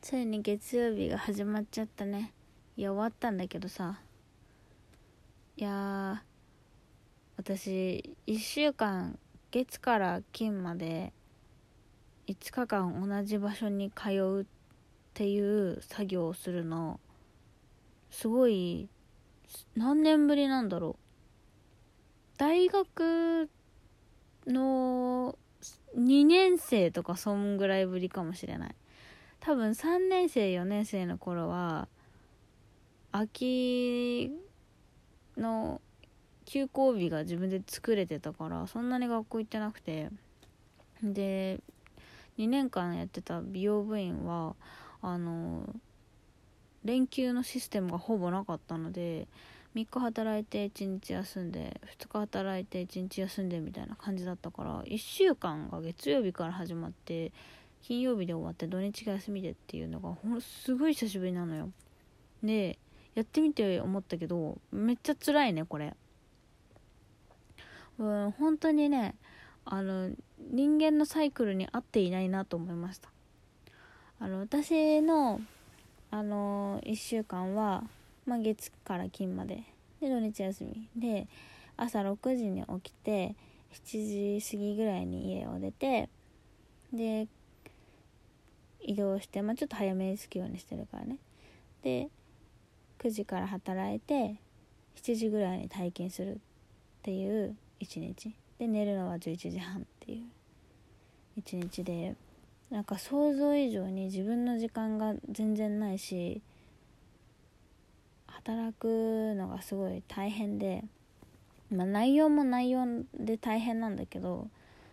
ついに月曜日が始まっちゃったね。いや終わったんだけどさ、いや私1週間月から金まで5日間同じ場所に通うっていう作業をするのすごい何年ぶりなんだろう。大学の2年生とかそんぐらいぶりかもしれない。多分3年生4年生の頃は秋の休校日が自分で作れてたからそんなに学校行ってなくて、で2年間やってた美容部員は連休のシステムがほぼなかったので、3日働いて1日休んで2日働いて1日休んでみたいな感じだったから、1週間が月曜日から始まって金曜日で終わって土日が休みでっていうのがすごい久しぶりなのよ。でやってみて思ったけどめっちゃ辛いねこれ。本当にね、人間のサイクルに合っていないなと思いました。私の1週間は、月から金までで土日休みで、朝6時に起きて7時過ぎぐらいに家を出て、で移動して、ちょっと早めに着くようにしてるからね。で9時から働いて7時ぐらいに退勤するっていう1日で、寝るのは11時半っていう1日で、なんか想像以上に自分の時間が全然ないし、働くのがすごい大変で、内容も内容で大変なんだけど、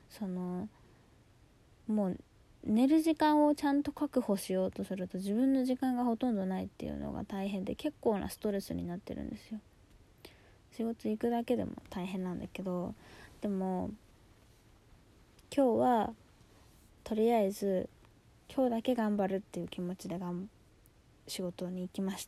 もう寝る時間をちゃんと確保しようとすると自分の時間がほとんどないっていうのが大変で、結構なストレスになってるんですよ。仕事行くだけでも大変なんだけど、でも今日はとりあえず今日だけ頑張るっていう気持ちで仕事に行きました。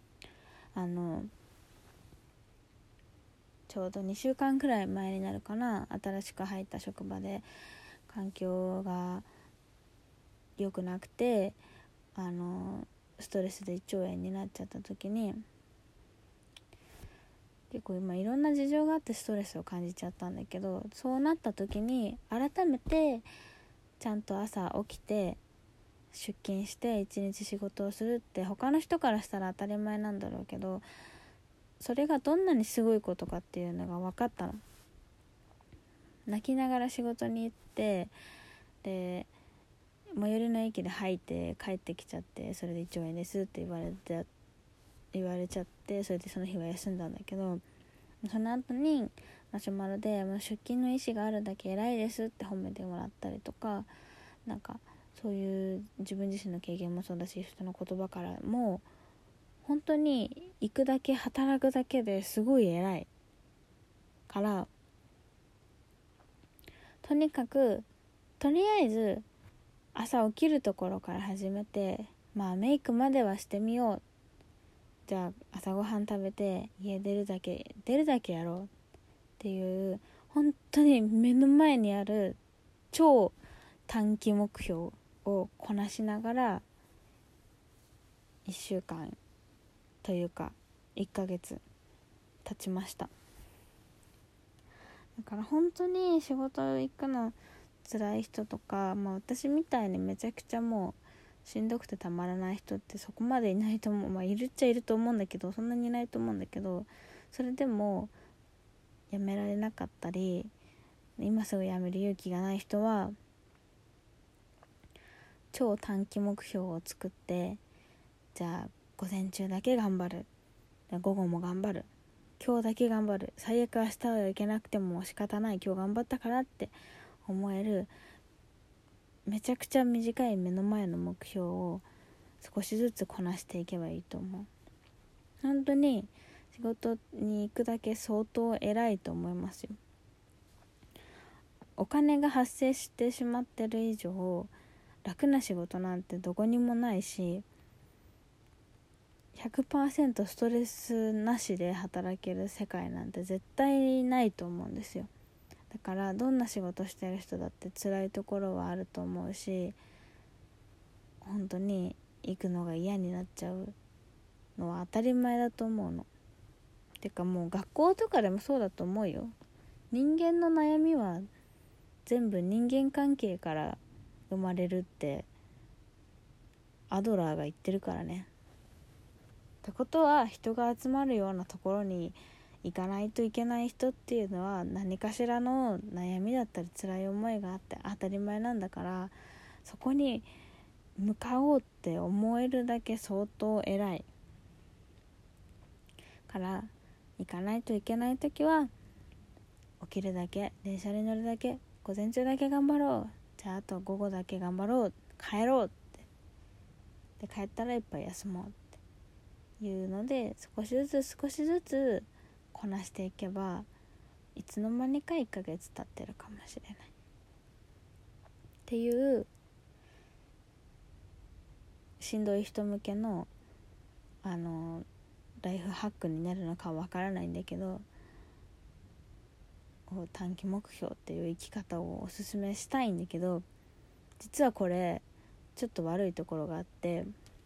ちょうど2週間くらい前になるかな、新しく入った職場で環境が良くなくてストレスで胃腸炎になっちゃった時に、結構今いろんな事情があってストレスを感じちゃったんだけど、そうなった時に改めてちゃんと朝起きて出勤して一日仕事をするって他の人からしたら当たり前なんだろうけど、それがどんなにすごいことかっていうのが分かったの。泣きながら仕事に行って、で最寄りの駅で吐いて帰ってきちゃって、それで胃腸炎ですって言われちゃって、それでその日は休んだんだけど、その後にマシュマロで出勤の意思があるだけ偉いですって褒めてもらったりとか、なんかそういう自分自身の経験もそうだし、人の言葉からも本当に行くだけ働くだけですごい偉いから、とりあえず朝起きるところから始めて、メイクまではしてみよう、じゃあ朝ごはん食べて家出るだけやろうっていう、本当に目の前にある超短期目標をこなしながら1週間というか1ヶ月経ちました。だから本当に仕事行くの辛い人とか、私みたいにめちゃくちゃもうしんどくてたまらない人ってそこまでいないと思う。いるっちゃいると思うんだけど、そんなにいないと思うんだけど、それでもやめられなかったり今すぐやめる勇気がない人は、超短期目標を作って、じゃあ午前中だけ頑張る、午後も頑張る、今日だけ頑張る、最悪明日はいけなくても仕方ない、今日頑張ったからって思える、めちゃくちゃ短い目の前の目標を少しずつこなしていけばいいと思う。本当に仕事に行くだけ相当偉いと思いますよ。お金が発生してしまってる以上楽な仕事なんてどこにもないし、100% ストレスなしで働ける世界なんて絶対ないと思うんですよ。だからどんな仕事してる人だって辛いところはあると思うし、本当に行くのが嫌になっちゃうのは当たり前だと思うの。てかもう学校とかでもそうだと思うよ。人間の悩みは全部人間関係から生まれるってアドラーが言ってるからね。ってことは人が集まるようなところに行かないといけない人っていうのは何かしらの悩みだったり辛い思いがあって当たり前なんだから、そこに向かおうって思えるだけ相当偉いから、行かないといけない時は起きるだけ、電車に乗るだけ、午前中だけ頑張ろう、じゃああと午後だけ頑張ろう、帰ろうって、で帰ったらいっぱい休もうっていうので少しずつこなしていけば、いつの間にか1ヶ月経ってるかもしれないっていうしんどい人向けのライフハックになるのかわからないんだけど、短期目標っていう生き方をおすすめしたいんだけど、実はこれちょっと悪いところがあって、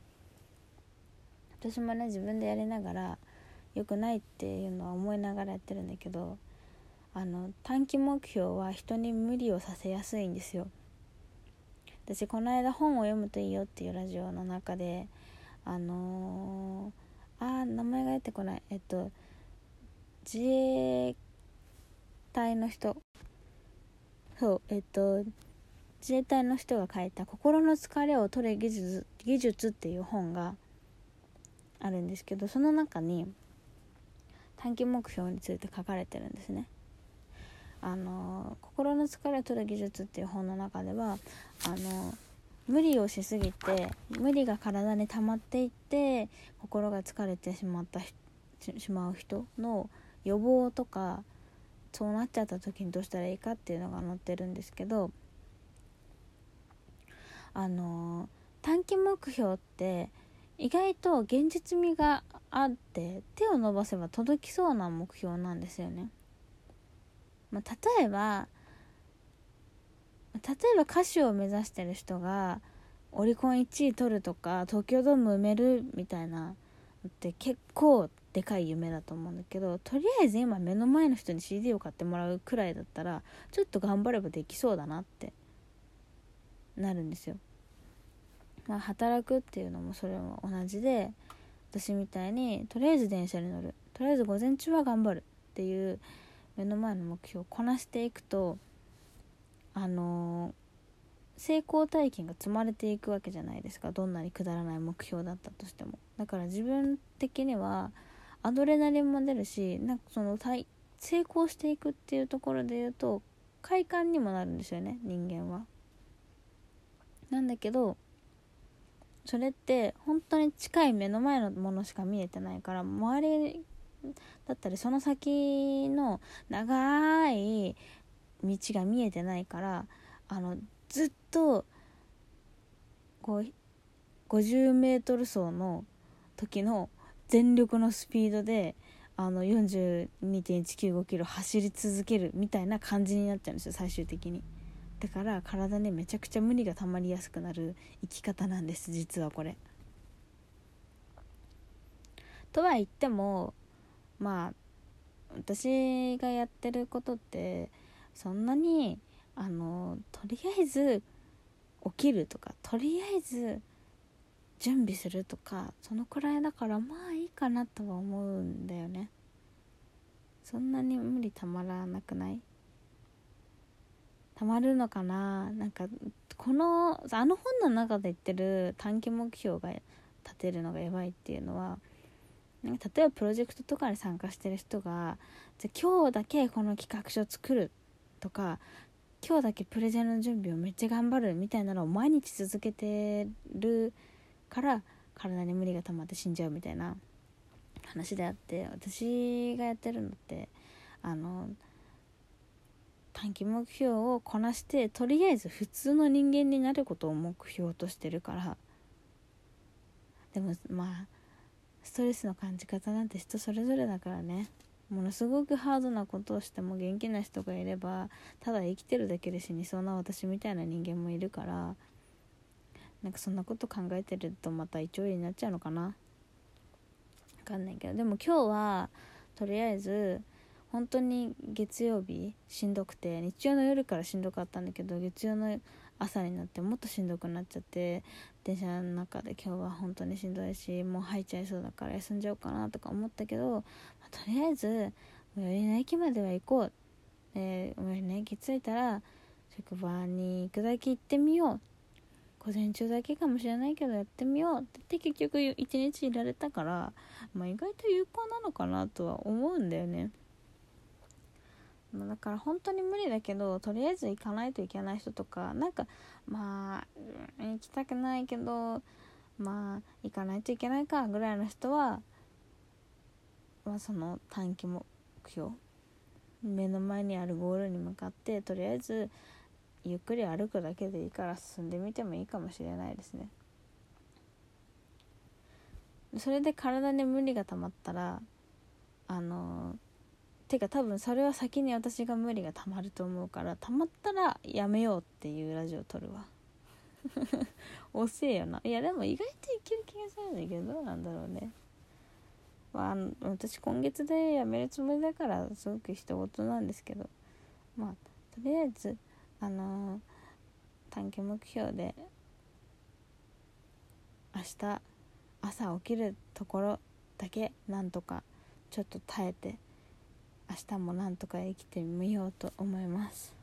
私もね自分でやりながら良くないっていうのは思いながらやってるんだけど、短期目標は人に無理をさせやすいんですよ。私この間本を読むといいよっていうラジオの中で名前が出てこない、自衛隊の人、自衛隊の人が書いた心の疲れを取る技術っていう本があるんですけど、その中に短期目標について書かれてるんですね。心の疲れを取る技術っていう本の中では無理をしすぎて無理が体に溜まっていって心が疲れてしまう人の予防とか、そうなっちゃった時にどうしたらいいかっていうのが載ってるんですけど、短期目標って意外と現実味があって手を伸ばせば届きそうな目標なんですよね。例えば歌手を目指してる人がオリコン1位取るとか東京ドーム埋めるみたいなって結構でかい夢だと思うんだけど、とりあえず今目の前の人に CD を買ってもらうくらいだったらちょっと頑張ればできそうだなってなるんですよ。働くっていうのもそれも同じで、私みたいにとりあえず電車に乗る、とりあえず午前中は頑張るっていう目の前の目標をこなしていくと成功体験が積まれていくわけじゃないですか。どんなにくだらない目標だったとしても。だから自分的にはアドレナリンも出るし、成功していくっていうところで言うと快感にもなるんですよね、人間は。なんだけどそれって本当に近い目の前のものしか見えてないから、周りだったりその先の長い道が見えてないから、ずっとこう50メートル走の時の全力のスピードで42.195 キロ走り続けるみたいな感じになっちゃうんですよ、最終的に。だから体にめちゃくちゃ無理が溜まりやすくなる生き方なんです、実はこれ。とは言っても私がやってることってそんなにとりあえず起きるとかとりあえず準備するとかそのくらいだから、いいかなとは思うんだよね。そんなに無理たまらなくない？たまるのかな。本の中で言ってる短期目標が立てるのがやばいっていうのは、例えばプロジェクトとかに参加してる人がじゃあ今日だけこの企画書を作るとか、今日だけプレゼンの準備をめっちゃ頑張るみたいなのを毎日続けてるから体に無理が溜まって死んじゃうみたいな話であって、私がやってるのって短期目標をこなしてとりあえず普通の人間になることを目標としてるから。でもストレスの感じ方なんて人それぞれだからね。ものすごくハードなことをしても元気な人がいれば、ただ生きてるだけで死にそうな私みたいな人間もいるから、 なんかそんなこと考えてるとまた胃腸炎になっちゃうのかな、分かんないけど、でも今日はとりあえず本当に月曜日しんどくて、日曜の夜からしんどかったんだけど、月曜の朝になってもっとしんどくなっちゃって、電車の中で今日は本当にしんどいし、もう吐いちゃいそうだから休んじゃおうかなとか思ったけど、とりあえず最寄りの駅までは行こう、最寄りの駅着いたら職場に行くだけ行ってみよう、午前中だけかもしれないけどやってみようって結局一日いられたから、意外と有効なのかなとは思うんだよね。だから本当に無理だけど、とりあえず行かないといけない人とか、なんか行きたくないけど行かないといけないかぐらいの人は、その短期目標、目の前にあるゴールに向かってとりあえずゆっくり歩くだけでいいから進んでみてもいいかもしれないですね。それで体に無理がたまったらてか多分それは先に私が無理がたまると思うから、たまったらやめようっていうラジオ撮るわ遅えよな。いやでも意外といける気がするんだけど、どうなんだろうね。私今月でやめるつもりだからすごく人事なんですけど、とりあえず短期目標で明日朝起きるところだけなんとかちょっと耐えて、明日もなんとか生きてみようと思います。